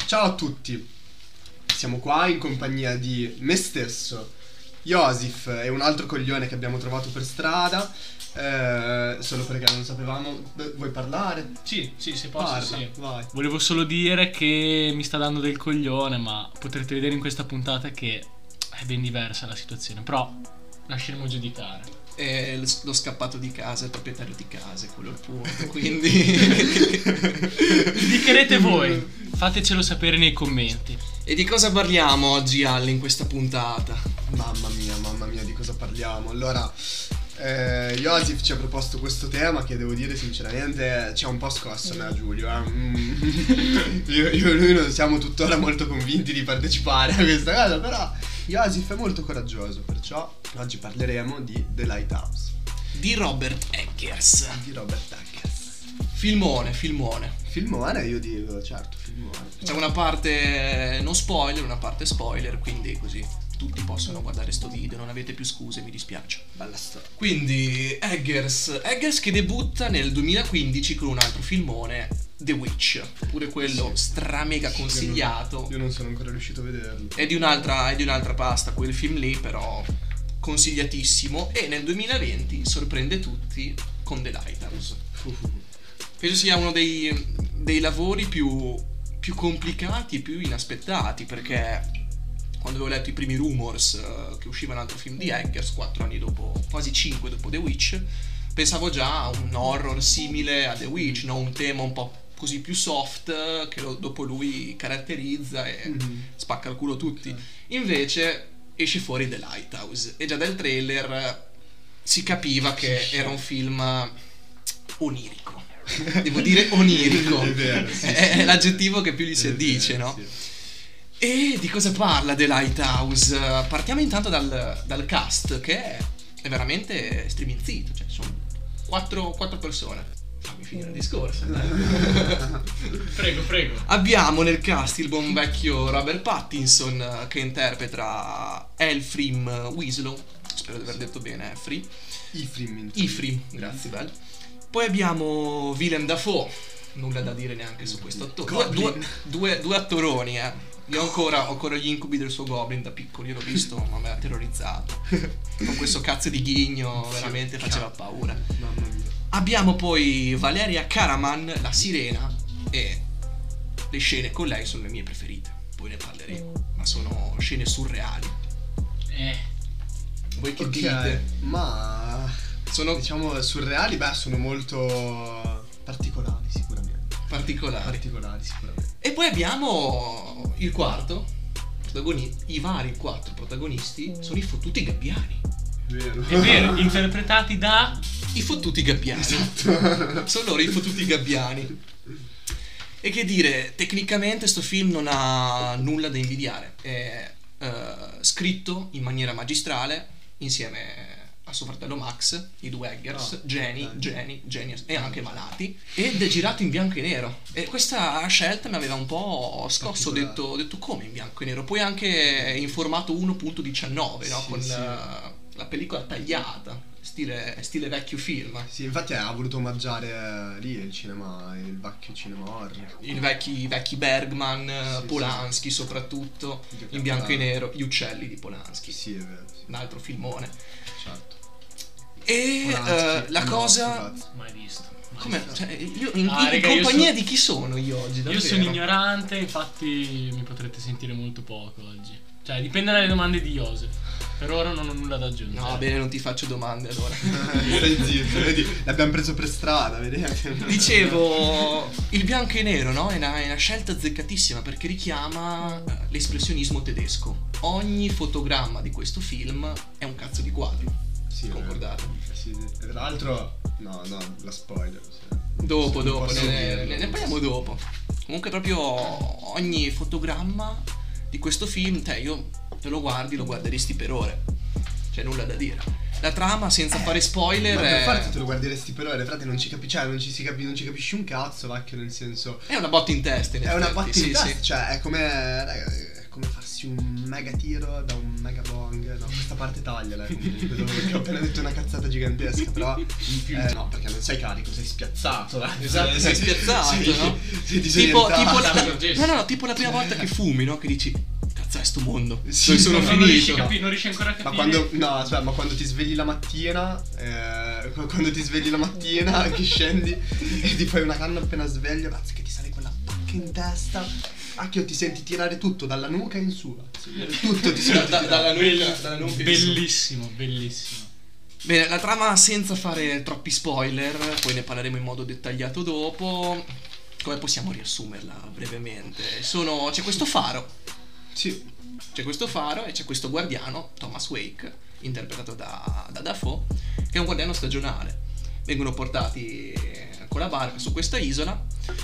Ciao a tutti, siamo qua in compagnia di me stesso, Josif e un altro coglione che abbiamo trovato per strada, solo perché non sapevamo. Vuoi parlare? Sì, se posso, Parla, sì. vai. Volevo solo dire che mi sta dando del coglione, ma potrete vedere in questa puntata che è ben diversa la situazione, però lasceremo giudicare. Lo scappato di casa, il proprietario di casa, quello è il punto, quindi Giudicherete voi, fatecelo sapere nei commenti. E di cosa parliamo oggi, Alle, in questa puntata? Mamma mia, di cosa parliamo? Allora, Josif ci ha proposto questo tema che devo dire sinceramente ci ha un po' scosso me a Giulio. Io e lui non siamo tuttora molto convinti di partecipare a questa cosa, però Josif è molto coraggioso, perciò oggi parleremo di The Lighthouse Di Robert Eggers. di Robert Eggers. Filmone. Filmone, io dico, certo, filmone. C'è una parte non spoiler, una parte spoiler, quindi così tutti possono guardare sto video, non avete più scuse, mi dispiace. Bella storia. Quindi Eggers che debutta nel 2015 con un altro filmone, The Witch, pure quello Sì. stramega consigliato. Io non sono ancora riuscito a vederlo. È di un'altra pasta quel film lì, però consigliatissimo. E nel 2020 sorprende tutti con The Lighthouse. Penso sia uno dei lavori più complicati e più inaspettati, perché quando avevo letto i primi rumors che usciva un altro film di Eggers 4 anni dopo, quasi 5 dopo The Witch, pensavo già a un horror simile a The Witch, no? Un tema un po' così più soft che dopo lui caratterizza e spacca il culo tutti. Invece esce fuori The Lighthouse e già dal trailer si capiva che era un film onirico. Devo dire onirico. È vero, sì, È l'aggettivo che più gli si addice, vero, no? sì. E di cosa parla The Lighthouse? Partiamo intanto dal cast, che è veramente striminzito, cioè sono quattro persone. Fammi finire il discorso. Prego. Abbiamo nel cast il buon vecchio Robert Pattinson, che interpreta Ephraim Winslow, spero di aver detto bene Ephraim, grazie, bello. Poi abbiamo Willem Dafoe, nulla da dire neanche su questo attore. Due attoroni, Io ho ancora gli incubi del suo Goblin da piccolo, io l'ho visto, ma mi ha terrorizzato. Con questo cazzo di ghigno, veramente faceva paura. Mamma mia. Abbiamo poi Valeria Karaman, la sirena, e le scene con lei sono le mie preferite. Poi ne parleremo, ma sono scene surreali. Voi che dite? Ma Sono diciamo surreali, sono molto particolari sicuramente. particolari. E poi abbiamo il quarto protagonista, i vari quattro protagonisti sono i fottuti gabbiani. Vero. È vero, interpretati da... I fottuti gabbiani. Esatto. Sono loro i fottuti gabbiani. E che dire, tecnicamente sto film non ha nulla da invidiare. È scritto in maniera magistrale insieme a suo fratello Max, i due Eggers, Jenny e anche Malati, ed è girato in bianco e nero. E questa scelta mi aveva un po' scosso, ho detto come in bianco e nero? Poi anche in formato 1.19, no? Sì, Con sì. la pellicola tagliata, stile vecchio film. Sì, infatti ha voluto omaggiare lì il vecchio cinema horror. I vecchi Bergman, Sì, Polanski soprattutto, Sì. in bianco e nero, Gli uccelli di Polanski, Sì, è vero, sì, un altro filmone. certo. E Polanski, la no, cosa... scusate. Mai visto. Come? Cioè, io in Raga, compagnia io di chi sono io oggi? Io Davvero? sono ignorante, infatti mi potrete sentire molto poco oggi. Cioè, dipende dalle domande di Joseph. Per ora non ho nulla da aggiungere. No, bene, non ti faccio domande allora. Stai zitto, vedi? L'abbiamo preso per strada, vedete? Dicevo, il bianco e nero, no? È una scelta azzeccatissima perché richiama l'espressionismo tedesco. Ogni fotogramma di questo film è un cazzo di quadro. Sì, Concordate? Sì, tra l'altro, no, la spoiler. Sì. Dopo, Non posso ne dirlo. parliamo dopo. Comunque proprio ogni fotogramma di questo film, io te lo guarderesti per ore. C'è nulla da dire. La trama, senza fare spoiler, Ma per farti te lo guarderesti per ore, frate, non ci capisci un cazzo, vacchio, nel senso. è una botta in testa, in È una effetti, botta in sì, testa, sì. cioè è come, raga, è come farsi tirassi un mega tiro da un mega bong. No, questa parte tagliala comunque, perché ho appena detto una cazzata gigantesca. Però no, perché non sei carico, sei spiazzato. Esatto, sei spiazzato, no? Sei tipo disorientato. no, tipo la prima volta che fumi, no? Che dici, cazzo è sto mondo, Sì, dove sono Non riesci, finito. non riesci ancora a capire. Ma quando, no, aspetta, ma quando ti svegli la mattina, che scendi e ti fai una canna appena sveglio, cazzo che ti sale quella pacca in testa, che ti senti tirare tutto dalla nuca in su, tutto ti senti dalla nuca in su. Bellissimo, bellissimo. Bene, la trama senza fare troppi spoiler, poi ne parleremo in modo dettagliato dopo. Come possiamo riassumerla brevemente? C'è questo faro. Sì. C'è questo faro e c'è questo guardiano, Thomas Wake, interpretato da Dafoe, che è un guardiano stagionale. Vengono portati con la barca su questa isola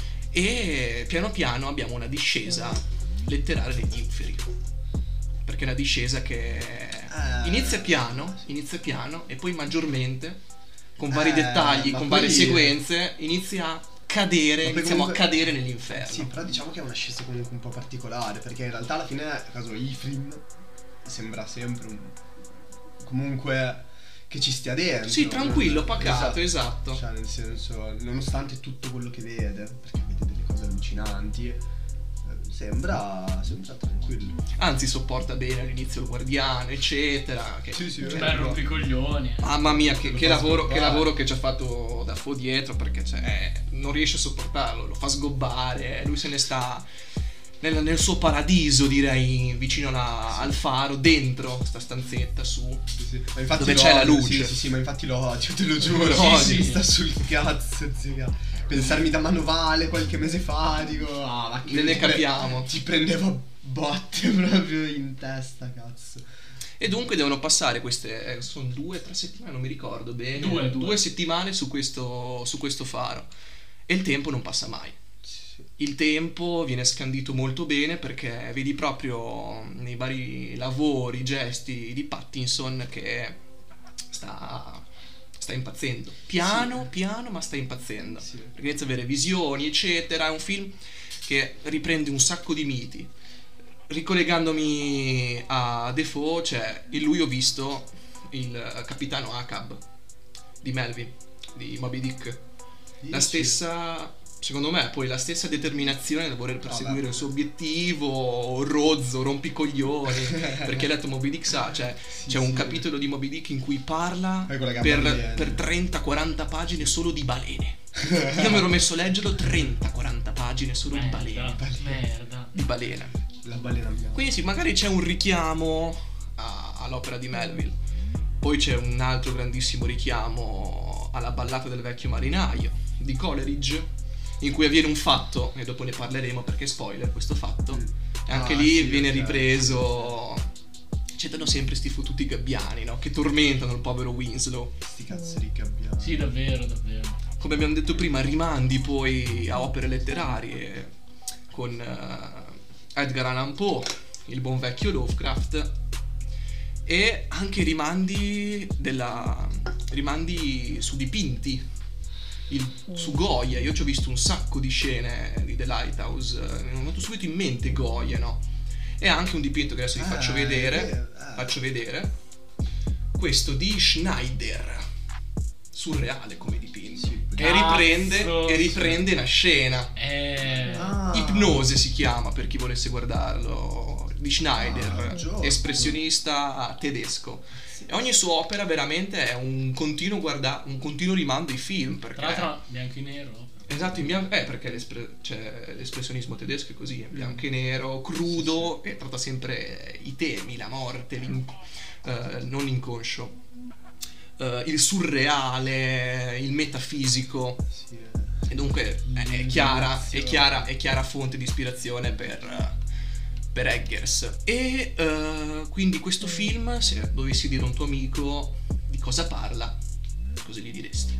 e piano piano abbiamo una discesa letterale degli inferi. Perché è una discesa che inizia piano e poi maggiormente, con vari dettagli, ma con poi- varie sequenze, iniziamo a cadere comunque- nell'inferno. Sì, però diciamo che è una scesa comunque un po' particolare, perché in realtà alla fine, caso Ifrim sembra sempre comunque che ci stia dentro. Sì, tranquillo, pacato, esatto. Cioè, nel senso, nonostante tutto quello che vede, perché vede delle cose allucinanti, sembra tranquillo. Anzi, sopporta bene all'inizio il guardiano, eccetera. Sì, Beh, rompicoglioni. Mamma mia, che Lo fa sgobbare. lavoro che ci ha fatto Dafoe dietro, perché non riesce a sopportarlo, lo fa sgobbare, lui se ne sta nel suo paradiso, direi, vicino al faro, dentro sta stanzetta su. Sì. Ma infatti Dove lo c'è la odio, luce. Sì, ma infatti lo odio, te lo giuro. Sì, Mi sì. sta sul cazzo, zia. Pensarmi da manovale qualche mese fa, dico, ma che Ne capiamo. Ti prendeva botte proprio in testa, cazzo. E dunque devono passare queste, sono 2 o 3 settimane, non mi ricordo bene, Due. settimane su questo faro. E il tempo non passa mai. Sì. Il tempo viene scandito molto bene perché vedi proprio nei vari lavori, gesti di Pattinson che sta impazzendo. Piano, ma sta impazzendo. Sì. Perché inizia ad avere visioni, eccetera. È un film che riprende un sacco di miti. Ricollegandomi a Defoe, cioè in lui ho visto il capitano Ahab di Melville, di Moby Dick. La stessa, secondo me, poi la stessa determinazione nel voler perseguire il suo obiettivo, rozzo, rompicoglioni. Perché ha letto Moby Dick, c'è un capitolo di Moby Dick in cui parla Con la gamba aliena. per 30-40 pagine solo di balene. Io mi ero messo a leggerlo 30-40 pagine solo di balene. Merda. Di balene. La balena bianca. Quindi sì, magari c'è un richiamo all'opera di Melville. Poi c'è un altro grandissimo richiamo alla ballata del vecchio marinaio di Coleridge, in cui avviene un fatto, e dopo ne parleremo perché è spoiler questo fatto. E anche lì sì, viene ok. ripreso. C'erano sempre sti fottuti gabbiani, no? Che tormentano il povero Winslow. Sti cazzo di gabbiani. Sì, davvero, davvero. Come abbiamo detto prima, rimandi poi a opere letterarie con Edgar Allan Poe, il buon vecchio Lovecraft, e anche rimandi su dipinti, su Goya. Io ci ho visto un sacco di scene di The Lighthouse, mi è venuto subito in mente Goya, no? E anche un dipinto che adesso vi faccio vedere. Faccio vedere questo di Schneider, surreale come dipinto, Sì. e riprende una scena. Ipnose si chiama, per chi volesse guardarlo, di Schneider, giusto. espressionista tedesco. E ogni sua opera veramente è un continuo rimando ai film, perché Tra l'altro bianco e nero. esatto, in bianco, perché l'espressionismo tedesco è così, in bianco e nero, crudo, e tratta sempre i temi, la morte, non l'inconscio, il surreale, il metafisico. Sì, E dunque è chiara fonte di ispirazione per Eggers. E quindi questo film, se dovessi dire a un tuo amico di cosa parla, cosa gli diresti?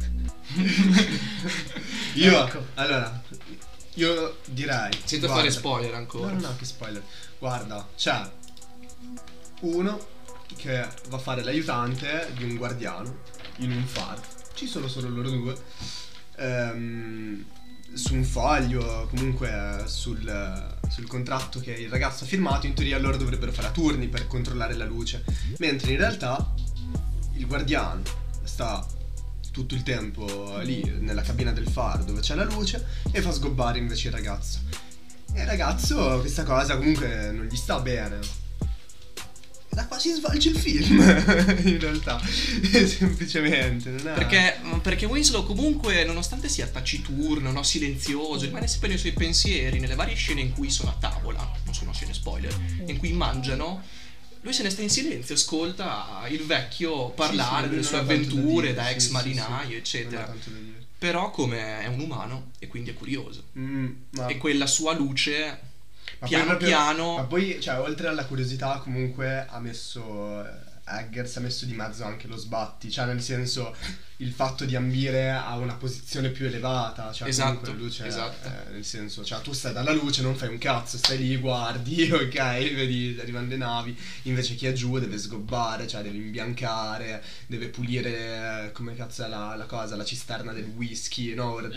Io direi, Senza guarda, fare spoiler ancora. No, che spoiler. Guarda, c'è uno che va a fare l'aiutante di un guardiano in un faro. Ci sono solo loro due. su un foglio, comunque sul contratto che il ragazzo ha firmato, in teoria loro dovrebbero fare a turni per controllare la luce, mentre in realtà il guardiano sta tutto il tempo lì nella cabina del faro dove c'è la luce e fa sgobbare invece il ragazzo. E il ragazzo questa cosa comunque non gli sta bene. E da qua si svolge il film in realtà semplicemente non è... perché Winslow comunque, nonostante sia taciturno, no, silenzioso, rimane sempre nei suoi pensieri. Nelle varie scene in cui sono a tavola, non sono scene spoiler, in cui mangiano, lui se ne sta in silenzio, ascolta il vecchio parlare delle sue avventure da ex marinaio, eccetera. Però come è un umano e quindi è curioso. E quella sua luce piano piano. Ma poi, cioè, oltre alla curiosità, comunque ha messo Eggers ha messo di mezzo anche lo sbatti, cioè nel senso il fatto di ambire a una posizione più elevata, cioè esatto, comunque luce, esatto. Nel senso, cioè tu stai dalla luce, non fai un cazzo, stai lì, guardi, ok, vedi arrivano le navi, invece chi è giù deve sgobbare, cioè deve imbiancare, deve pulire, come cazzo è la cosa, la cisterna del whisky, no, ora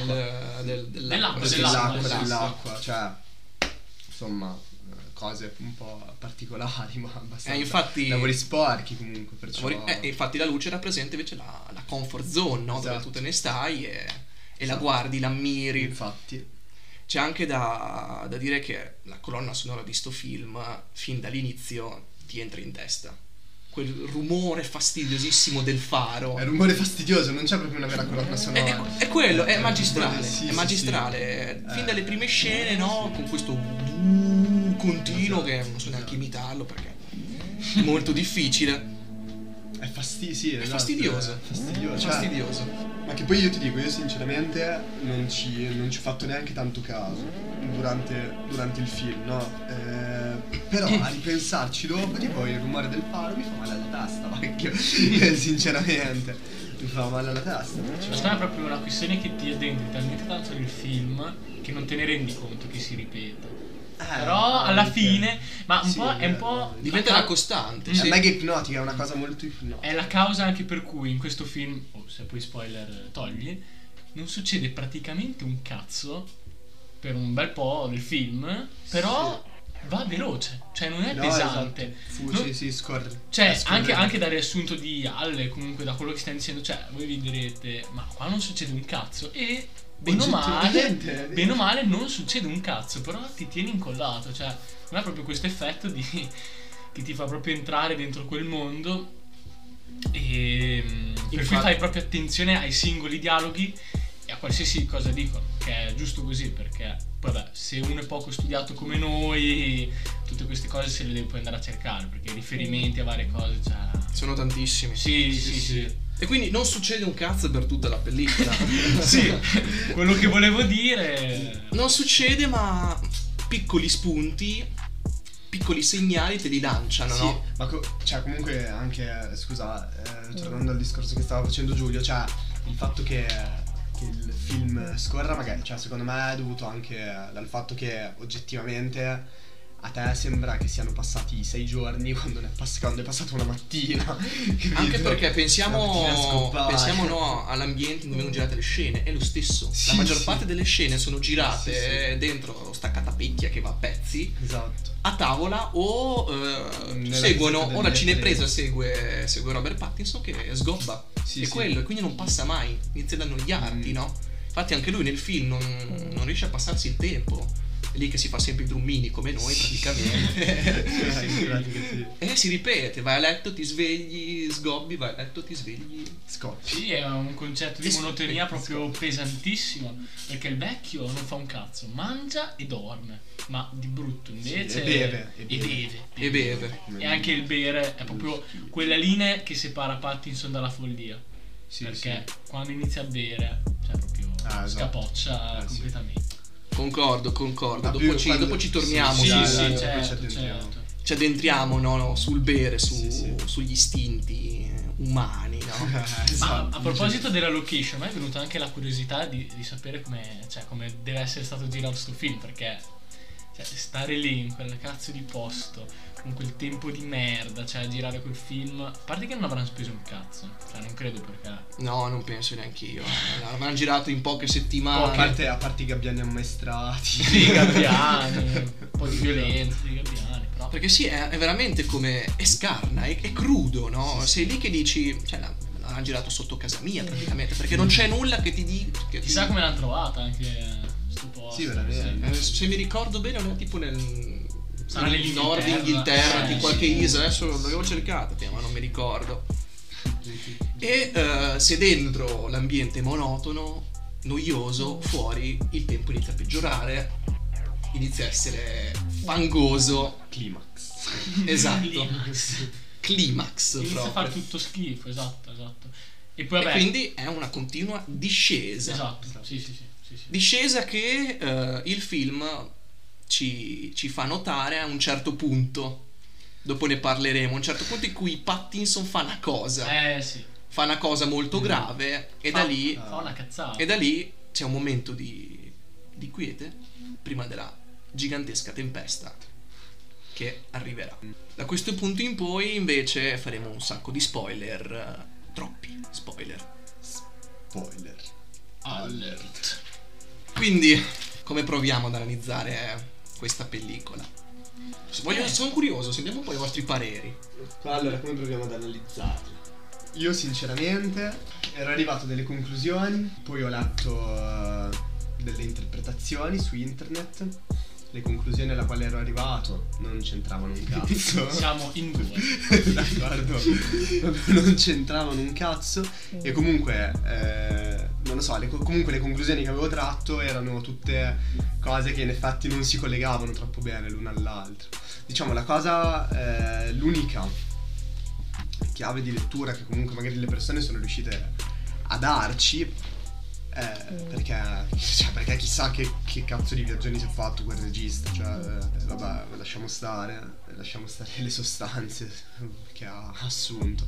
dell'acqua, cioè insomma cose un po' particolari, ma abbastanza infatti, lavori sporchi comunque, perciò infatti la luce rappresenta invece la comfort zone, no? Esatto. Dove tu te ne stai e la Esatto. guardi, la ammiri. Infatti c'è anche da dire che la colonna sonora di sto film fin dall'inizio ti entra in testa. Quel rumore fastidiosissimo del faro. è un rumore fastidioso, non c'è proprio una vera colonna sonora. È quello, è magistrale. Sì, è sì, magistrale. sì. Fin dalle prime scene, no? Con questo continuo che non so neanche imitarlo perché è molto difficile. È fastidioso. È fastidioso. Fastidioso. Cioè, Fastidioso. ma che poi io ti dico, io sinceramente non ci ho fatto neanche tanto caso durante il film, no? Però a ripensarci dopo, tipo il rumore del faro mi fa male alla testa, vecchio. Sinceramente mi fa male alla testa. Secondo me è proprio una questione che ti addentri talmente tanto nel film che non te ne rendi conto che si ripete. Però alla fine, ma è un po' diventa una costante. È mega ipnotica, è una cosa molto ipnotica. È la causa anche per cui in questo film, se poi spoiler togli, non succede praticamente un cazzo per un bel po' del film, però va veloce, cioè non è pesante. Esatto. Sì, scorre. Cioè, anche dal riassunto di Halle, comunque da quello che stai dicendo, cioè, voi vi direte, ma qua non succede un cazzo. E bene o male non succede un cazzo, però ti tieni incollato, cioè non è proprio questo effetto che ti fa proprio entrare dentro quel mondo e per cui fai proprio attenzione ai singoli dialoghi e a qualsiasi cosa dicono, che è giusto così, perché vabbè, se uno è poco studiato come noi, tutte queste cose se le deve poi andare a cercare, perché i riferimenti a varie cose, cioè, sono tantissimi. Sì. E quindi non succede un cazzo per tutta la pellicola. Sì, quello che volevo dire. Non succede, ma piccoli spunti, piccoli segnali te li lanciano, sì, no? Ma cioè comunque anche, scusa, tornando al discorso che stava facendo Giulio, cioè il fatto che il film scorra magari, cioè secondo me è dovuto anche dal fatto che oggettivamente a te sembra che siano passati 6 giorni quando è passata una mattina. Anche perché pensiamo no, all'ambiente in cui vengono girate le scene, è lo stesso. La maggior parte delle scene sono girate dentro staccatapecchia che va a pezzi. Esatto. A tavola o seguono, o la cinepresa segue Robert Pattinson che sgobba. È quello, e quindi non passa mai, inizia ad annoiarti, no? Infatti anche lui nel film non riesce a passarsi il tempo. È lì che si fa sempre i drummini come noi praticamente. E si ripete, vai a letto, ti svegli, sgobbi, vai a letto, ti svegli, scoppi. Sì, è un concetto di monotonia proprio pesantissimo, perché il vecchio non fa un cazzo, mangia e dorme, ma di brutto invece e beve. E anche il bere è proprio quella linea che separa Pattinson dalla follia, perché quando inizia a bere, cioè proprio scapoccia completamente. Concordo. Dopo ci torniamo. Certo. Ci addentriamo, no, sul bere, sugli istinti umani, no? Ma a proposito della location, a me è venuta anche la curiosità di sapere come deve essere stato girato sto film, perché Cioè, stare lì in quel cazzo di posto, con quel tempo di merda, cioè a girare quel film. A parte che non avranno speso un cazzo, cioè non credo perché. No, non penso neanche io. L'avranno girato in poche settimane. A parte i gabbiani ammaestrati. Sì, i gabbiani, un po' di violenza dei gabbiani, però. Perché sì, è veramente come. È scarna, è crudo, no? Sei lì che dici. Cioè, l'hanno girato sotto casa mia praticamente. Perché non c'è nulla che ti dica. Chissà come l'hanno trovata anche sto posto. Sì, veramente. Se mi ricordo bene, non è tipo nel. Sarà nel nord Inghilterra, di qualche isola, adesso l'avevo cercato, ma non mi ricordo. E se dentro l'ambiente è monotono, noioso, fuori il tempo inizia a peggiorare, inizia a essere fangoso. Climax. Esatto. Climax inizia proprio. a fare tutto schifo, esatto. E poi E vabbè. quindi è una continua discesa. Esatto, sì. Discesa che il film ci fa notare a un certo punto. Dopo ne parleremo. A un certo punto in cui Pattinson fa una cosa. Sì. Fa una cosa molto grave. E da lì. Fa una cazzata. E da lì c'è un momento di quiete. Prima della gigantesca tempesta che arriverà. Da questo punto in poi invece faremo un sacco di spoiler. Troppi spoiler. Spoiler alert. Quindi come proviamo ad analizzare questa pellicola? Sono curioso, sentiamo un po' i vostri pareri. Allora, come proviamo ad analizzarlo? Io sinceramente ero arrivato a delle conclusioni, poi ho letto delle interpretazioni su internet. Le conclusioni alla quale ero arrivato non c'entravano un cazzo. Siamo in due. D'accordo. Non c'entravano un cazzo. E comunque non lo so, comunque le conclusioni che avevo tratto erano tutte cose che in effetti non si collegavano troppo bene l'una all'altra. Diciamo la cosa, l'unica chiave di lettura che comunque magari le persone sono riuscite a darci, perché chissà che cazzo di viaggioni si è fatto quel regista, cioè vabbè, lasciamo stare le sostanze che ha assunto.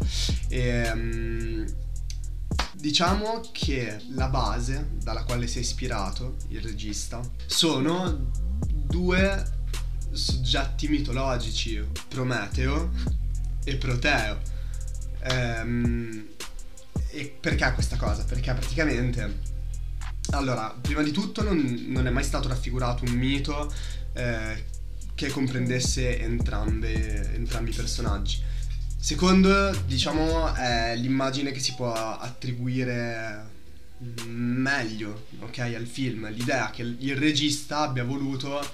Diciamo che la base dalla quale si è ispirato il regista sono due soggetti mitologici, Prometeo e Proteo. E perché questa cosa? Perché praticamente, allora, prima di tutto non è mai stato raffigurato un mito che comprendesse entrambi i personaggi. Secondo, diciamo, è l'immagine che si può attribuire meglio, ok, al film, l'idea che il regista abbia voluto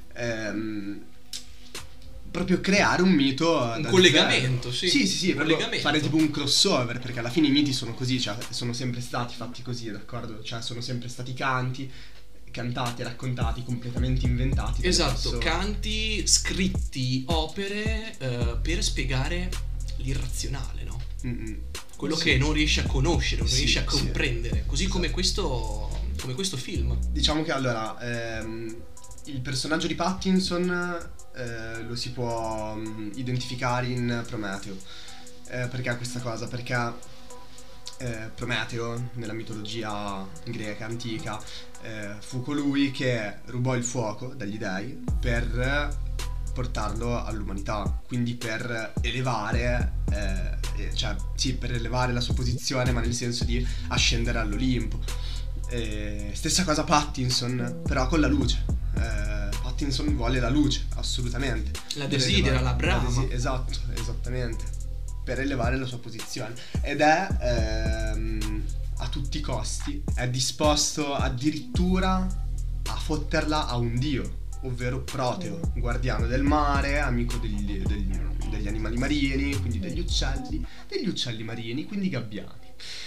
proprio creare un mito, un collegamento, zero. Sì, un collegamento. Fare tipo un crossover, perché alla fine i miti sono così, cioè sono sempre stati fatti così, d'accordo? Cioè sono sempre stati cantati, raccontati, completamente inventati. Esatto, canti, scritti, opere per spiegare l'irrazionale, no? Quello che non riesci a conoscere, non riesci a comprendere, così come questo film. Diciamo che allora il personaggio di Pattinson lo si può identificare in Prometeo. Perché questa cosa? Perché Prometeo nella mitologia greca antica fu colui che rubò il fuoco dagli dei per portarlo all'umanità, quindi per elevare per elevare la sua posizione, ma nel senso di ascendere all'Olimpo. Stessa cosa Pattinson, però con la luce. Pattinson vuole la luce, assolutamente. La desidera, la brama. Esatto, esattamente. Per elevare la sua posizione. Ed è a tutti i costi, è disposto addirittura a fotterla a un dio, ovvero Proteo, guardiano del mare, amico degli animali marini, quindi degli uccelli marini, quindi gabbiani.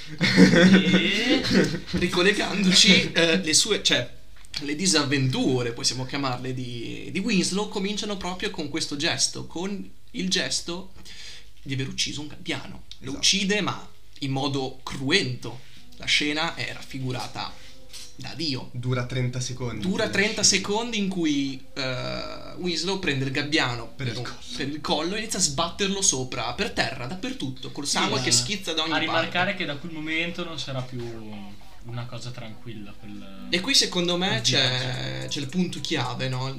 E ricollegandoci, le sue, cioè le disavventure, possiamo chiamarle, di Winslow cominciano proprio con questo gesto, con il gesto di aver ucciso un gabbiano. Lo uccide, ma in modo cruento. La scena è raffigurata da Dio. Dura 30 secondi. Dura 30 secondi in cui Winslow prende il gabbiano per il collo e inizia a sbatterlo sopra, per terra, dappertutto, col sangue che schizza da ogni parte. A rimarcare che da quel momento non sarà più una cosa tranquilla. E qui secondo me c'è il punto chiave, no?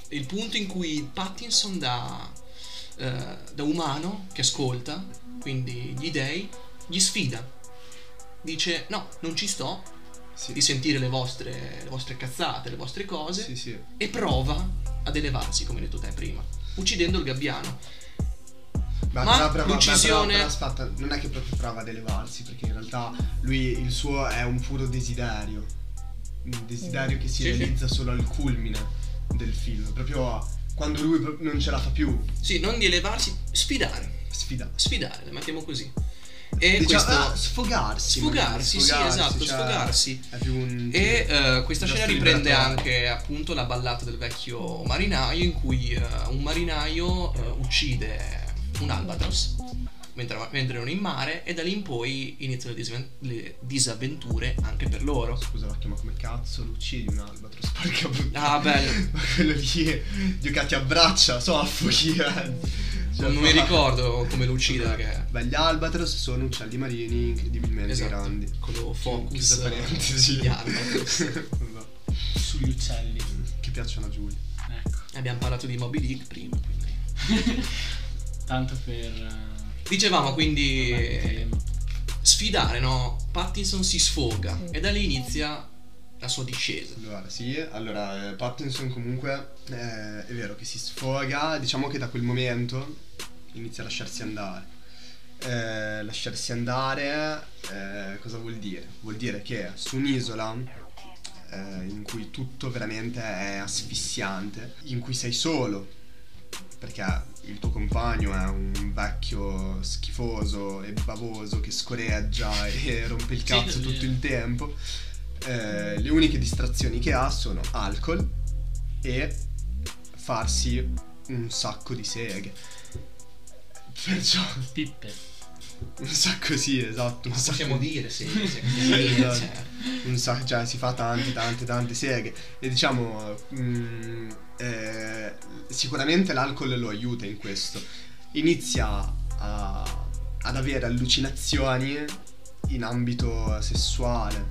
il punto in cui Pattinson da umano che ascolta, quindi gli dei, gli sfida. Dice no, non ci sto di sentire le vostre cazzate, le vostre cose, e prova ad elevarsi, come hai detto te prima, uccidendo il gabbiano. Ma l'uccisione... Però aspetta, non è che proprio prova ad elevarsi, perché in realtà lui, il suo è un puro desiderio. Un desiderio che si realizza solo al culmine del film, proprio quando lui non ce la fa più. Sì, non di elevarsi, sfidare, le mettiamo così. E questo sfogarsi, sì, esatto, cioè, sfogarsi. È più un questa scena riprende anche appunto la ballata del vecchio marinaio, in cui un marinaio uccide un albatros mentre erano in mare, e da lì in poi iniziano le disavventure anche per loro. Scusa Vacchio, ma come cazzo lo uccidi un albatros? Porca puttana. Ah, bello. Ma quello lì giocati a braccia, soffochi. Non mi ricordo come lo uccide, perché... Beh, gli albatros sono uccelli marini incredibilmente grandi. Quello focus gli albatros sugli uccelli che piacciono a Giulio. Ecco. Abbiamo parlato di Moby Dick prima, quindi tanto per dicevamo, quindi sfidare, no? Pattinson si sfoga e da lì inizia la sua discesa. Allora Pattinson comunque è vero che si sfoga, diciamo che da quel momento inizia a lasciarsi andare. Cosa vuol dire? Vuol dire che su un'isola in cui tutto veramente è asfissiante, in cui sei solo perché il tuo compagno è un vecchio schifoso e bavoso che scoreggia e rompe il cazzo tutto il tempo, le uniche distrazioni che ha sono alcol e farsi un sacco di seghe. Perciò pippe. Un sacco, sì, esatto. Possiamo dire, sì. Cioè si fa tante seghe. E diciamo sicuramente l'alcol lo aiuta in questo. Inizia ad avere allucinazioni in ambito sessuale.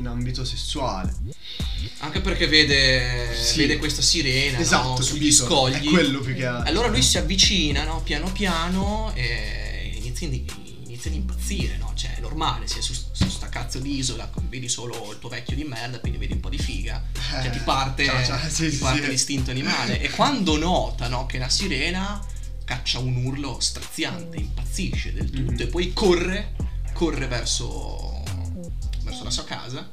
Anche perché vede questa sirena, esatto, no? Sugli scogli. È quello più che altro. Allora lui si avvicina, no? Piano piano, e inizia ad impazzire, no? Cioè è normale, sei su sta cazzo di isola, vedi solo il tuo vecchio di merda, quindi vedi un po' di figa, cioè ti parte l'istinto animale. E quando nota, no, che la sirena caccia un urlo straziante, impazzisce del tutto, e poi corre verso la sua casa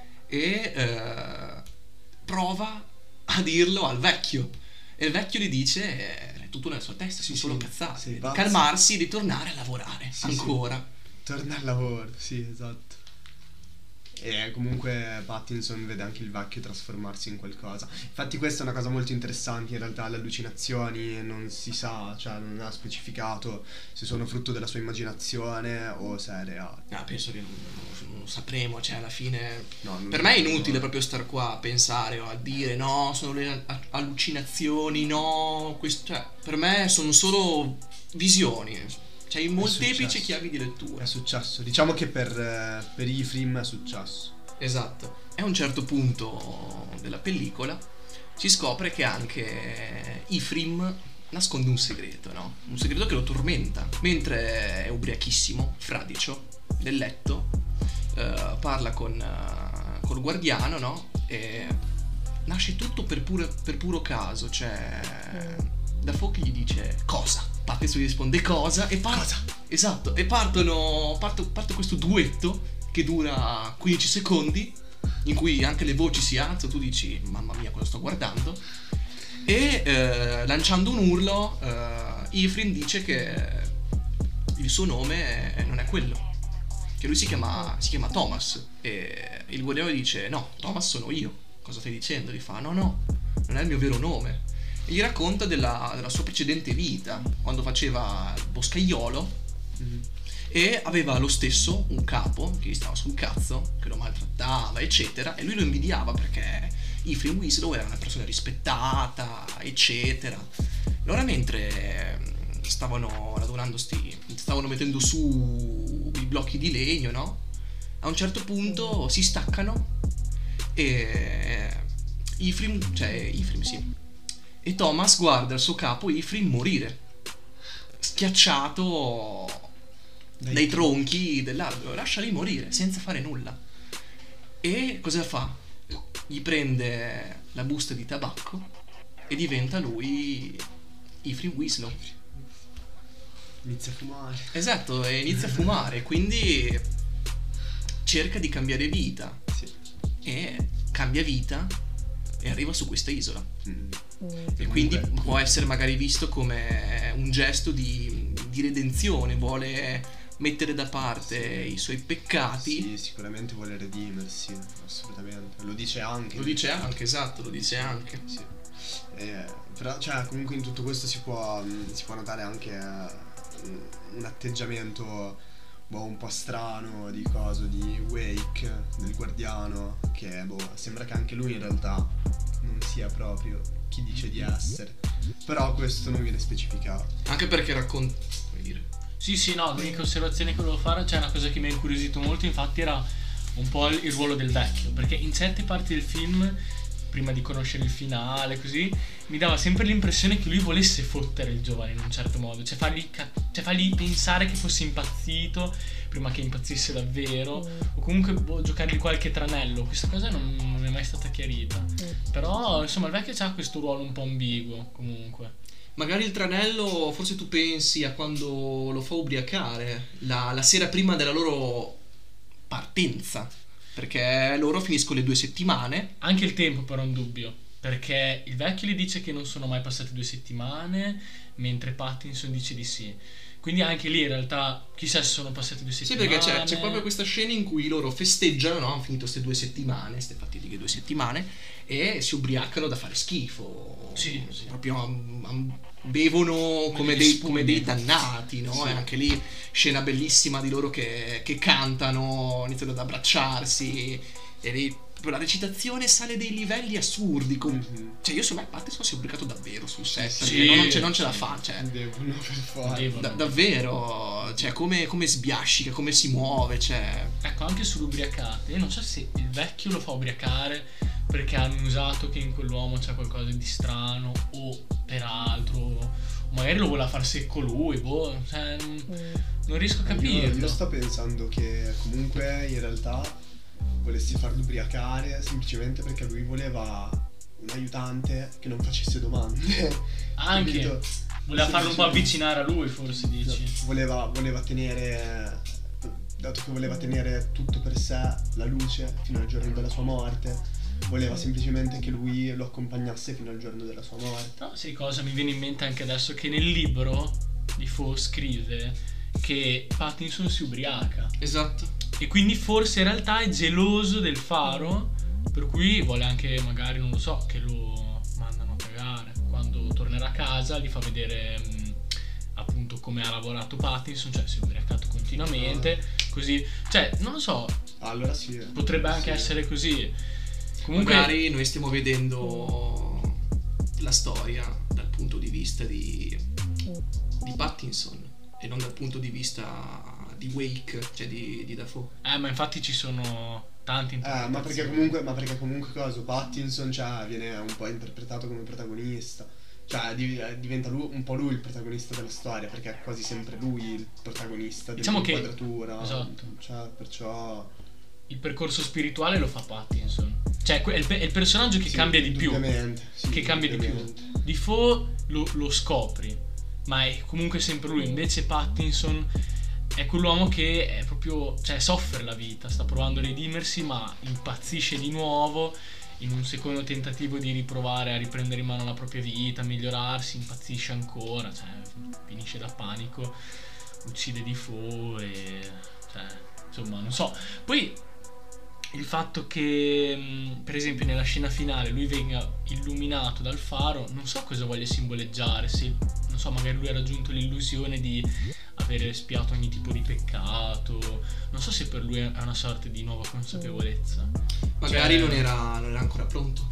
e prova a dirlo al vecchio, e il vecchio gli dice tutto nella sua testa, sono solo cazzate, di calmarsi e di tornare a lavorare ancora. Torna al lavoro, sì, esatto. E comunque Pattinson vede anche il vecchio trasformarsi in qualcosa. Infatti questa è una cosa molto interessante, in realtà le allucinazioni non si sa, cioè non ha specificato se sono frutto della sua immaginazione o se è reale. Penso che non sapremo, cioè alla fine per me è inutile proprio star qua a pensare o a dire no, sono le allucinazioni, no, cioè per me sono solo visioni. C'hai molteplici chiavi di lettura. È successo. Diciamo che per Ephraim è successo. Esatto. E a un certo punto della pellicola si scopre che anche Ephraim nasconde un segreto, no? Un segreto che lo tormenta. Mentre è ubriachissimo, fradicio, nel letto, parla col guardiano, no? E nasce tutto per puro caso. Cioè Dafoe gli dice cosa? Pattinson gli risponde cosa? E esatto, e parte questo duetto che dura 15 secondi, in cui anche le voci si alzano, tu dici mamma mia cosa sto guardando, e lanciando un urlo Ephraim dice che il suo nome non è quello, che lui si chiama Thomas, e il guardiano dice no, Thomas sono io, cosa stai dicendo? Gli fa no, non è il mio vero nome. E gli racconta della sua precedente vita, quando faceva il boscaiolo, e aveva lo stesso un capo che gli stava sul cazzo, che lo maltrattava eccetera, e lui lo invidiava perché Ephraim Winslow era una persona rispettata eccetera. Allora mentre stavano lavorando stavano mettendo su i blocchi di legno, no? A un certo punto si staccano e Ephraim sì, e Thomas guarda il suo capo Ifrin morire, schiacciato dai tronchi dell'albero, lascia lì morire senza fare nulla. E cosa fa? Gli prende la busta di tabacco e diventa lui Ifrin Winslow. Inizia a fumare. Esatto, e inizia a fumare, quindi cerca di cambiare vita. Sì. E cambia vita e arriva su questa isola. E Comunque, quindi può essere magari visto come un gesto di redenzione, vuole mettere da parte i suoi peccati. sì, sicuramente vuole redimersi, assolutamente. Lo dice anche. Lo dice anche, esatto, lo dice anche. Sì. Però, cioè, comunque in tutto questo si può notare anche un atteggiamento un po' strano di Wake, del guardiano, che sembra che anche lui in realtà non sia proprio chi dice di essere. Però questo non viene specificato. Anche perché racconta, come dire. Sì, no, l'unica osservazione che volevo fare, cioè una cosa che mi ha incuriosito molto, infatti, era un po' il ruolo del vecchio, perché in certe parti del film, prima di conoscere il finale, così, mi dava sempre l'impressione che lui volesse fottere il giovane in un certo modo, cioè fargli pensare che fosse impazzito prima che impazzisse davvero, o comunque giocargli qualche tranello. Questa cosa non è mai stata chiarita, però insomma il vecchio ha questo ruolo un po' ambiguo comunque. Magari il tranello, forse tu pensi a quando lo fa ubriacare la sera prima della loro partenza, perché loro finiscono le 2 settimane. Anche il tempo però è un dubbio, perché il vecchio gli dice che non sono mai passate 2 settimane, mentre Pattinson dice di sì. Quindi anche lì in realtà chissà se sono passate 2 settimane. Sì, perché c'è proprio questa scena in cui loro festeggiano, no? Hanno finito queste 2 settimane, queste fatidiche 2 settimane, e si ubriacano da fare schifo. Sì. Proprio bevono come dei dannati, no? Sì. E anche lì scena bellissima di loro che cantano, iniziano ad abbracciarsi, e lì la recitazione sale dei livelli assurdi. Cioè io secondo me Pattinson si è ubriacato davvero sul set, Sì, perché non ce la fa, cioè Devono per forza. davvero, cioè come sbiascica, come si muove, cioè. Ecco, anche sull'ubriacate, io non so se il vecchio lo fa ubriacare perché hanno usato che in quell'uomo c'è qualcosa di strano, o peraltro, o magari lo vuole far secco lui, cioè, non riesco a capirlo. Io sto pensando che comunque in realtà volessi farlo ubriacare semplicemente perché lui voleva un aiutante che non facesse domande. Anche Capito? voleva farlo un po' avvicinare a lui, forse dici. Voleva tenere, dato che voleva tenere tutto per sé, la luce fino al giorno della sua morte, voleva semplicemente che lui lo accompagnasse fino al giorno della sua morte. No, sai cosa mi viene in mente anche adesso? Che nel libro Defoe scrive che Pattinson si ubriaca. Esatto. E quindi forse in realtà è geloso del faro, per cui vuole anche magari, non lo so, che lo mandano a cagare. Quando tornerà a casa gli fa vedere appunto come ha lavorato Pattinson, cioè si è ubriacato continuamente, così, cioè non lo so, Allora sì. potrebbe anche essere così. Comunque Magari noi stiamo vedendo la storia dal punto di vista di Pattinson e non dal punto di vista di Wake, cioè di Dafoe. ma infatti ci sono tanti ma perché comunque cosa? Pattinson, cioè, viene un po' interpretato come protagonista. Cioè diventa un po' lui il protagonista della storia, perché è quasi sempre lui il protagonista Diciamo che- dell'inquadratura. esatto. Cioè, perciò il percorso spirituale lo fa Pattinson, cioè è il personaggio che sì, cambia di più, indubbiamente, sì, che cambia di più. indubbiamente. Defoe lo scopri, ma è comunque sempre lui. Invece Pattinson è quell'uomo che è proprio, cioè soffre la vita, sta provando a redimersi, ma impazzisce di nuovo in un secondo tentativo di riprovare a riprendere in mano la propria vita, a migliorarsi, impazzisce ancora, cioè finisce da panico, uccide Defoe e cioè, insomma, non so. Poi il fatto che per esempio nella scena finale lui venga illuminato dal faro, non so cosa voglia simboleggiare, se non so, magari lui ha raggiunto l'illusione di avere spiato ogni tipo di peccato, non so se per lui è una sorta di nuova consapevolezza. Magari Cioè, non era ancora pronto,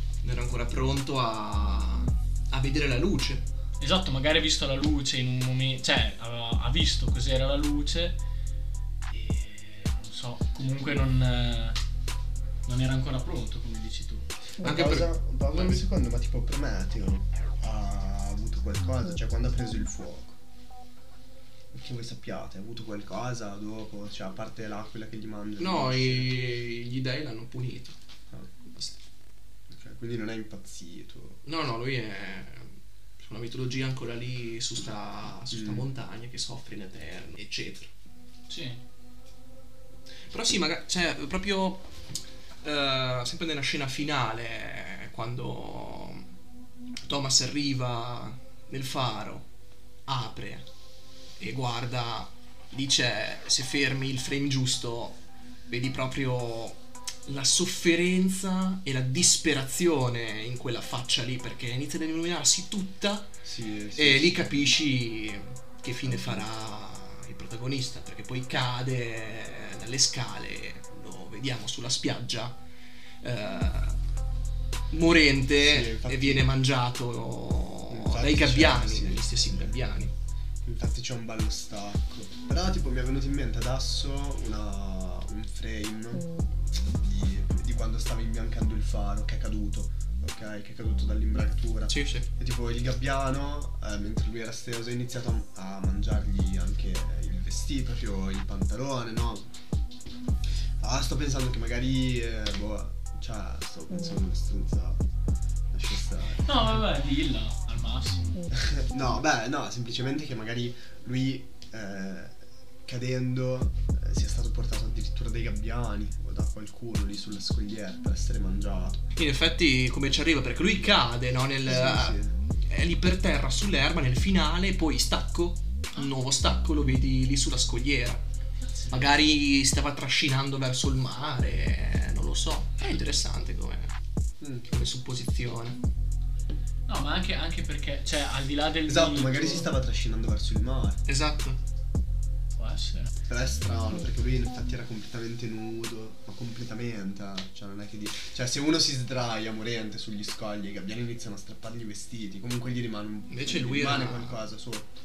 a vedere la luce. esatto, magari ha visto la luce in un momento, cioè ha visto cos'era la luce e non so, comunque non era ancora pronto, come dici tu. Anche pausa un secondo, ma tipo Prometeo ha avuto qualcosa, cioè quando ha preso il fuoco, che voi sappiate, ha avuto qualcosa dopo, cioè a parte l'aquila che gli mangia? No, gli dei l'hanno punito. Basta. Okay, quindi non è impazzito. No, lui è su una mitologia ancora lì su sta montagna che soffre in eterno, eccetera. Sì. Però sì, magari, cioè, proprio sempre nella scena finale, quando Thomas arriva nel faro, apre e guarda, dice, se fermi il frame giusto, vedi proprio la sofferenza e la disperazione in quella faccia lì, perché inizia ad illuminarsi tutta, e lì capisci che fine farà il protagonista, perché poi cade dalle scale, lo vediamo sulla spiaggia morente, infatti, e viene mangiato dai gabbiani, dagli stessi gabbiani. Infatti c'è un bello stacco. Però tipo mi è venuto in mente adesso un frame di quando stava imbiancando il faro, che è caduto, ok? Che è caduto dall'imbracatura. Sì. E tipo il gabbiano, mentre lui era steso, ha iniziato a mangiargli anche il vestito, proprio il pantalone, no? Sto pensando che magari sto pensando una stronzata. Lascia stare. No, vabbè, dilla al massimo. No, semplicemente che magari lui cadendo sia stato portato addirittura dai gabbiani o da qualcuno lì sulla scogliera per essere mangiato. In effetti come ci arriva, perché lui cade, no? È lì per terra sull'erba nel finale, poi un nuovo stacco lo vedi lì sulla scogliera. Magari stava trascinando verso il mare, non lo so. È interessante come supposizione. No, ma anche perché, cioè, al di là del esatto, mito, magari si stava trascinando verso il mare. Esatto. Può essere. Però è strano, perché lui in effetti era completamente nudo. Ma completamente, cioè non è che cioè se uno si sdraia morente sugli scogli, i gabbiani iniziano a strappargli i vestiti, comunque gli rimane invece lui rimane era qualcosa sotto.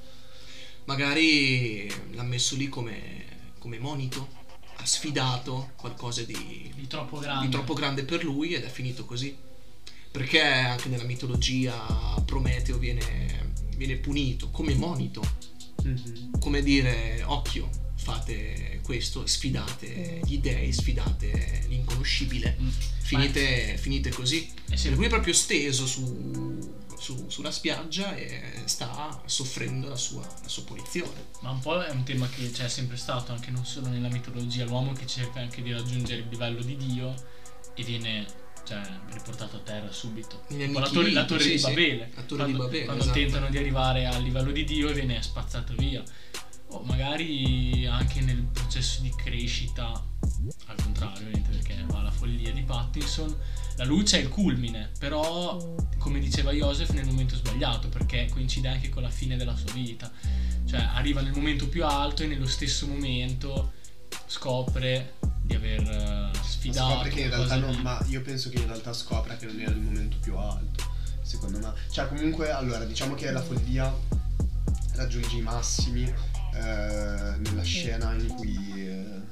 Magari l'ha messo lì come monito, ha sfidato qualcosa di troppo grande. Di troppo grande per lui ed è finito così. Perché anche nella mitologia Prometeo viene punito come monito. Come dire, occhio, fate questo, sfidate gli dei, sfidate l'inconoscibile. Finite così. Per cui è proprio steso sulla spiaggia e sta soffrendo la sua punizione. Ma un po' è un tema che c'è sempre stato anche non solo nella mitologia, l'uomo che cerca anche di raggiungere il livello di Dio e viene portato a terra subito. La torre di Babele. La torre di Babele, quando esatto. tentano di arrivare al livello di Dio e viene spazzato via. O magari anche nel processo di crescita, al contrario, ovviamente, perché va alla follia di Pattinson, la luce è il culmine, però come diceva Joseph nel momento sbagliato, perché coincide anche con la fine della sua vita, cioè arriva nel momento più alto e nello stesso momento scopre di aver sfidato. Scopre che in realtà ma io penso che in realtà scopra che non era il momento più alto, secondo me. Cioè comunque, allora, diciamo che la follia raggiunge i massimi nella scena in cui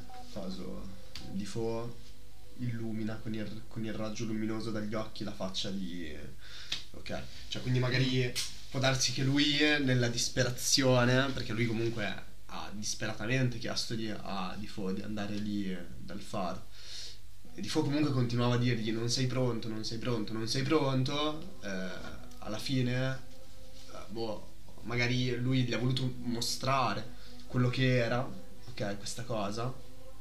Defoe illumina con il raggio luminoso dagli occhi la faccia di ok, cioè quindi magari può darsi che lui nella disperazione, perché lui comunque ha disperatamente chiesto a Defoe di andare lì dal faro, e Defoe comunque continuava a dirgli non sei pronto, alla fine magari lui gli ha voluto mostrare quello che era, ok, questa cosa.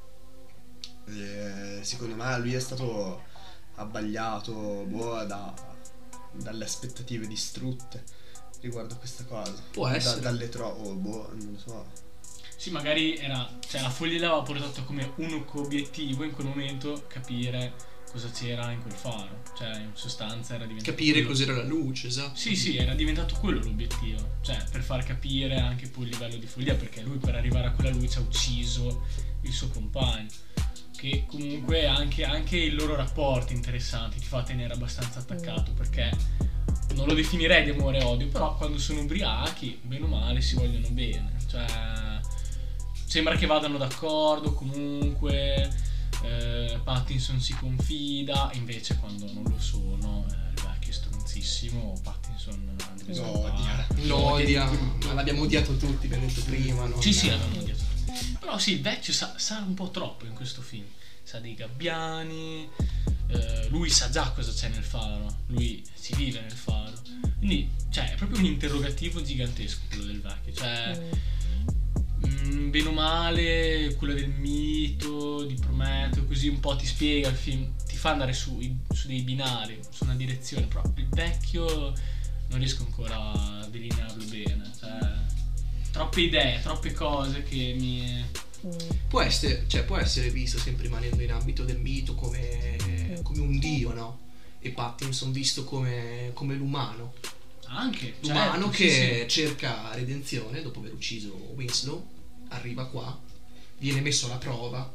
E secondo me lui è stato abbagliato dalle aspettative distrutte riguardo a questa cosa. Può essere. Dalle non lo so. Sì, magari la follia l'aveva portato come unico obiettivo in quel momento capire cosa c'era in quel faro, cioè in sostanza era diventato capire cos'era la luce, esatto. Sì, era diventato quello l'obiettivo, cioè per far capire anche poi il livello di follia, perché lui per arrivare a quella luce ha ucciso il suo compagno, che comunque anche il loro rapporto interessante ti fa tenere abbastanza attaccato, perché non lo definirei di amore e odio, però quando sono ubriachi bene o male si vogliono bene, cioè sembra che vadano d'accordo comunque. Pattinson si confida, invece quando non lo sono il vecchio è stronzissimo, Pattinson lo odia, ma l'abbiamo odiato tutti, ben detto prima, no? Sì, l'abbiamo odiato tutti. Però sì, il vecchio sa un po' troppo in questo film, sa dei gabbiani, lui sa già cosa c'è nel faro, lui si vive nel faro, quindi cioè è proprio un interrogativo gigantesco quello del vecchio, cioè bene o male quello del mito di Prometeo, così un po' ti spiega il film, ti fa andare su dei binari, su una direzione, però il vecchio non riesco ancora a delinearlo bene, cioè troppe idee, troppe cose che mi... Può essere visto, sempre rimanendo in ambito del mito, come un dio, no? E Pattinson visto come l'umano. Anche l'umano, certo, che sì. cerca redenzione dopo aver ucciso Winslow, arriva qua, viene messo alla prova,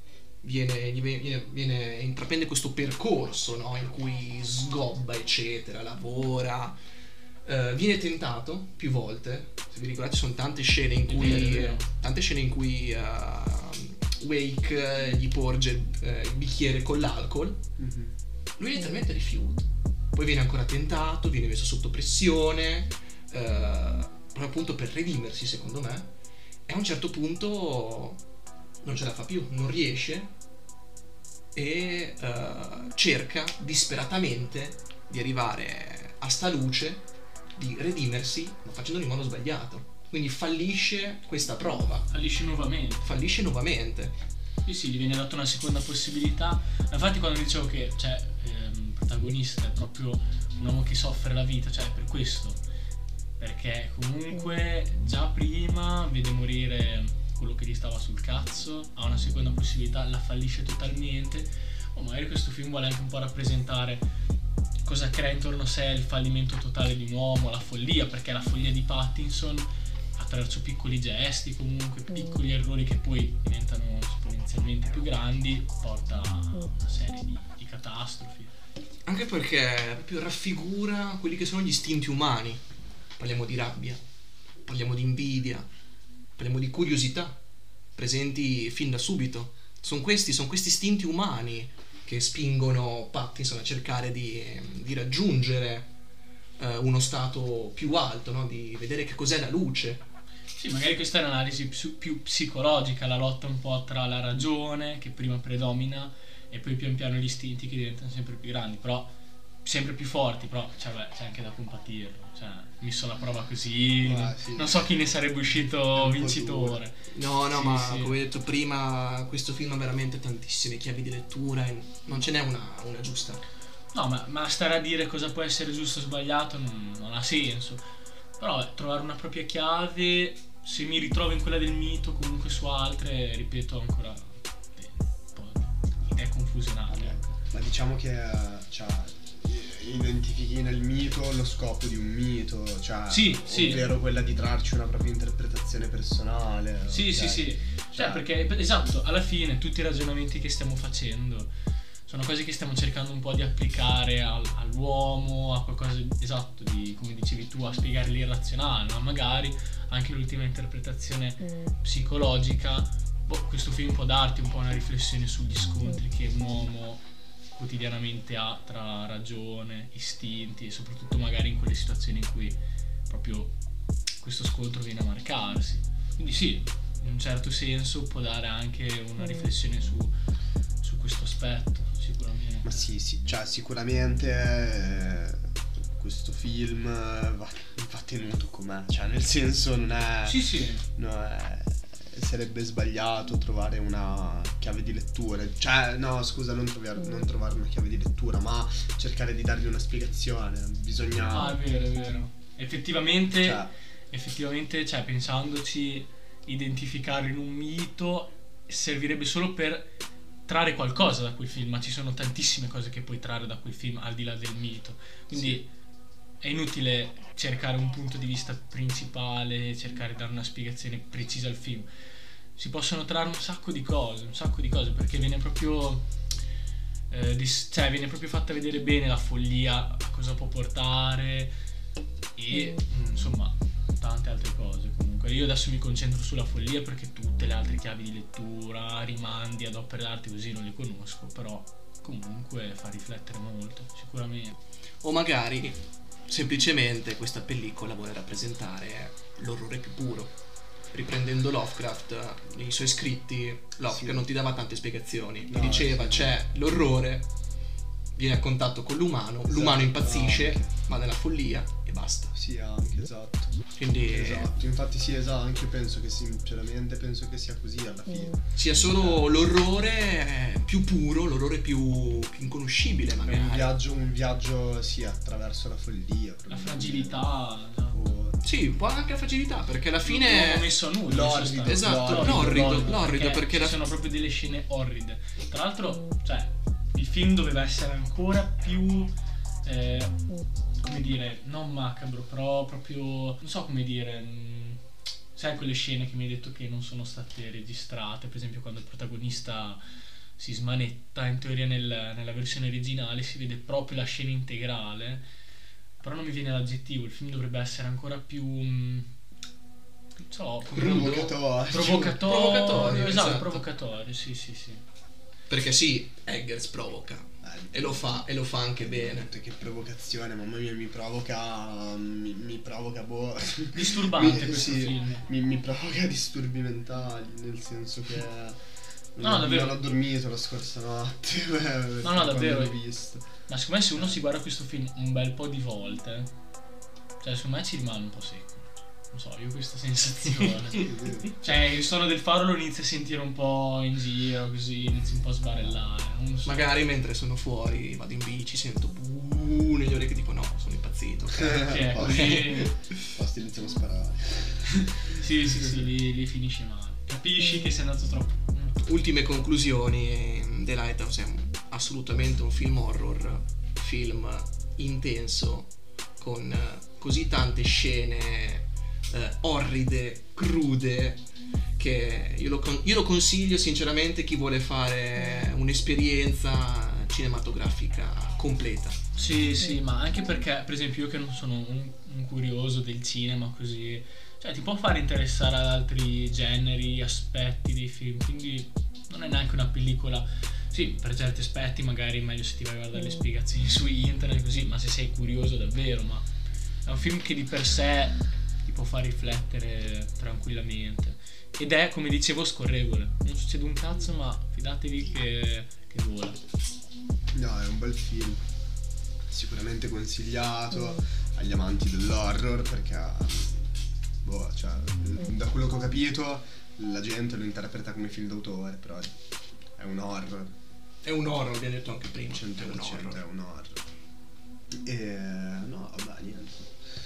intraprende questo percorso, no? In cui sgobba, eccetera, lavora, viene tentato più volte. Se vi ricordate, sono tante scene in cui Wake gli porge il bicchiere con l'alcol. Lui letteralmente rifiuta, poi viene ancora tentato, viene messo sotto pressione, proprio appunto per redimersi, secondo me, e a un certo punto non ce la fa più, non riesce, e cerca disperatamente di arrivare a sta luce, di redimersi, ma facendolo in modo sbagliato. Quindi fallisce questa prova. Fallisce nuovamente. Sì, gli viene data una seconda possibilità. Infatti quando dicevo che il protagonista è proprio un uomo che soffre la vita, cioè per questo, perché comunque già prima vede morire quello che gli stava sul cazzo, ha una seconda possibilità, la fallisce totalmente. O magari questo film vuole anche un po' rappresentare cosa crea intorno a sé il fallimento totale di un uomo, la follia, perché la follia di Pattinson, attraverso piccoli gesti, comunque piccoli errori che poi diventano esponenzialmente più grandi, porta a una serie di catastrofi. Anche perché proprio raffigura quelli che sono gli istinti umani. Parliamo di rabbia, parliamo di invidia, parliamo di curiosità, presenti fin da subito. Sono questi istinti umani che spingono Pattinson a cercare di raggiungere uno stato più alto, no? Di vedere che cos'è la luce. Sì, magari questa è un'analisi più psicologica, la lotta un po' tra la ragione, che prima predomina, e poi pian piano gli istinti che diventano sempre più grandi, però sempre più forti, però c'è anche da compatirlo, cioè messo alla prova così, sì. Non so chi ne sarebbe uscito vincitore. No, sì, ma sì. come detto prima, questo film ha veramente tantissime chiavi di lettura e non ce n'è una giusta. No, ma stare a dire cosa può essere giusto o sbagliato non ha senso. Però trovare una propria chiave, se mi ritrovo in quella del mito, comunque su altre, ripeto ancora un po' di idee confusionali. Ma diciamo che identifichi nel mito lo scopo di un mito, cioè ovvero quella di trarci una propria interpretazione personale. Sì, okay? sì. Cioè, perché esatto, alla fine tutti i ragionamenti che stiamo facendo sono cose che stiamo cercando un po' di applicare all'uomo, a qualcosa esatto di, come dicevi tu, a spiegare l'irrazionale, ma magari anche l'ultima interpretazione psicologica. Questo film può darti un po' una riflessione sugli scontri che un uomo quotidianamente ha tra ragione, istinti, e soprattutto magari in quelle situazioni in cui proprio questo scontro viene a marcarsi. Quindi sì, in un certo senso può dare anche una riflessione su questo aspetto, sicuramente. Ma sì, cioè sicuramente questo film va tenuto com'è, cioè nel senso non è... Sì. Sarebbe sbagliato trovare una chiave di lettura, cioè no scusa, non trovare una chiave di lettura, ma cercare di dargli una spiegazione. Bisogna... è vero. Effettivamente, cioè, pensandoci, identificarlo in un mito servirebbe solo per trarre qualcosa da quel film, ma ci sono tantissime cose che puoi trarre da quel film al di là del mito, quindi è inutile cercare un punto di vista principale, cercare di dare una spiegazione precisa al film. Si possono trarre un sacco di cose, perché viene proprio viene proprio fatta vedere bene la follia, a cosa può portare, e insomma tante altre cose. Comunque comunque io adesso mi concentro sulla follia perché tutte le altre chiavi di lettura, rimandi ad opere d'arte così non le conosco, però comunque fa riflettere molto, sicuramente. O magari semplicemente questa pellicola vuole rappresentare l'orrore più puro. Riprendendo Lovecraft, nei suoi scritti, Lovecraft non ti dava tante spiegazioni, ti diceva c'è l'orrore, viene a contatto con l'umano, l'umano impazzisce, va nella follia e basta. Sì, anche, esatto. Quindi Esatto, infatti sì, esatto, anche io penso che sinceramente sia così alla fine. sia solo l'orrore più puro, l'orrore più inconoscibile È magari. un viaggio sì, attraverso la follia. La fragilità, O- Sì, può anche la fragilità, perché alla fine non ho messo a nulla. l'orrido, esatto, l'orrido, perché ci sono proprio delle scene orride. Tra l'altro, cioè, il film doveva essere ancora più come dire, non macabro, però proprio non so come dire. Sai quelle scene che mi hai detto che non sono state registrate, per esempio quando il protagonista si smanetta, in teoria nella versione originale si vede proprio la scena integrale, però non mi viene l'aggettivo. Il film dovrebbe essere ancora più non so, provocatorio, esatto, provocatorio, sì. perché sì, Eggers provoca e lo fa anche bene. Che provocazione, mamma mia, mi provoca boh. Disturbante questo sì, film. mi provoca disturbi mentali, nel senso che No, davvero. non ho dormito la scorsa notte. No, davvero. L'ho visto. Ma secondo me se uno si guarda questo film un bel po' di volte, cioè secondo me ci rimane un po' secco. Non so, io ho questa sensazione. Cioè il suono del faro lo inizio a sentire un po' in giro, così inizio un po' a sbarellare. Non lo so. Magari mentre sono fuori, vado in bici, sento buh negli orecchi e dico no, sono impazzito. Che è così. Basta, iniziamo a sparare. Sì, lì finisce male. Capisci che sei andato troppo. Ultime conclusioni. The Lighthouse è assolutamente un film horror, film intenso, con così tante scene orride, crude, che io lo consiglio sinceramente a chi vuole fare un'esperienza cinematografica completa. Sì, ma anche perché, per esempio, io che non sono un curioso del cinema così, cioè ti può fare interessare ad altri generi, aspetti dei film, quindi non è neanche una pellicola. Sì, per certi aspetti magari è meglio se ti vai a guardare le spiegazioni su internet così, ma se sei curioso davvero, ma è un film che di per sé ti può far riflettere tranquillamente ed è, come dicevo, scorrevole, non succede un cazzo, ma fidatevi che vola. No, è un bel film, sicuramente consigliato agli amanti dell'horror, perché boh, cioè, da quello che ho capito la gente lo interpreta come film d'autore, però è un horror. È un horror, abbiamo detto anche prima. 100% è un horror. E no, vabbè, niente.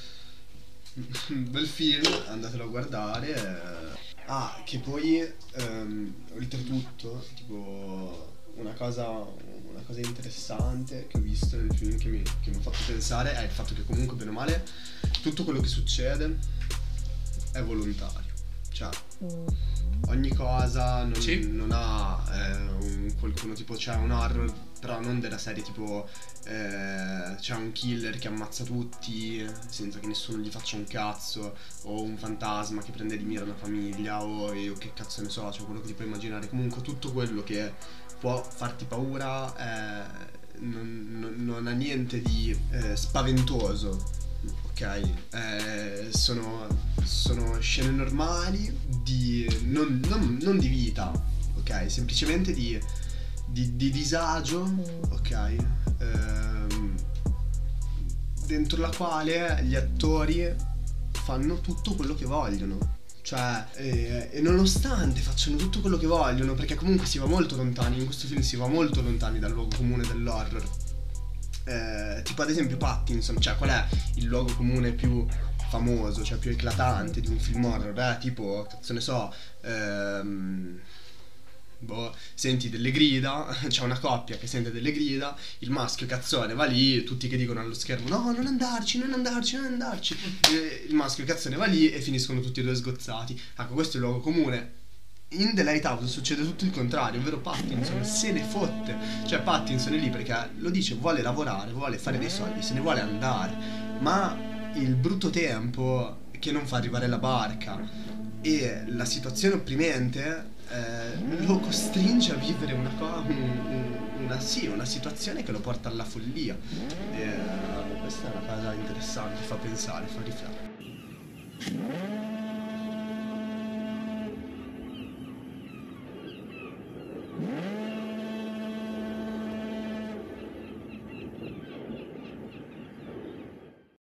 Bel film, andatelo a guardare. Che poi oltretutto, tipo, una cosa interessante che ho visto nel film che mi ha fatto pensare è il fatto che comunque bene o male tutto quello che succede è volontario. Cioè ogni cosa non ha qualcuno, tipo c'è un horror, però non della serie tipo c'è un killer che ammazza tutti senza che nessuno gli faccia un cazzo, o un fantasma che prende di mira una famiglia, o io che cazzo ne so, cioè quello che ti puoi immaginare. Comunque tutto quello che può farti paura non ha niente di spaventoso. Ok, sono scene normali non di vita, ok, semplicemente di disagio, ok, dentro la quale gli attori fanno tutto quello che vogliono. Cioè, e nonostante facciano tutto quello che vogliono, perché comunque si va molto lontani, in questo film si va molto lontani dal luogo comune dell'horror. Tipo ad esempio Pattinson, cioè qual è il luogo comune più famoso, cioè più eclatante di un film horror? Tipo, cazzo ne so, senti delle grida, c'è una coppia che sente delle grida, il maschio cazzone va lì, tutti che dicono allo schermo no, non andarci, il maschio cazzone va lì e finiscono tutti e due sgozzati. Ecco, questo è il luogo comune. In The Lighthouse succede tutto il contrario, ovvero Pattinson se ne fotte. Cioè Pattinson è lì perché lo dice, vuole lavorare, vuole fare dei soldi, se ne vuole andare. Ma il brutto tempo che non fa arrivare la barca, e la situazione opprimente lo costringe a vivere una situazione che lo porta alla follia. Questa è una cosa interessante, fa pensare, fa riflettere.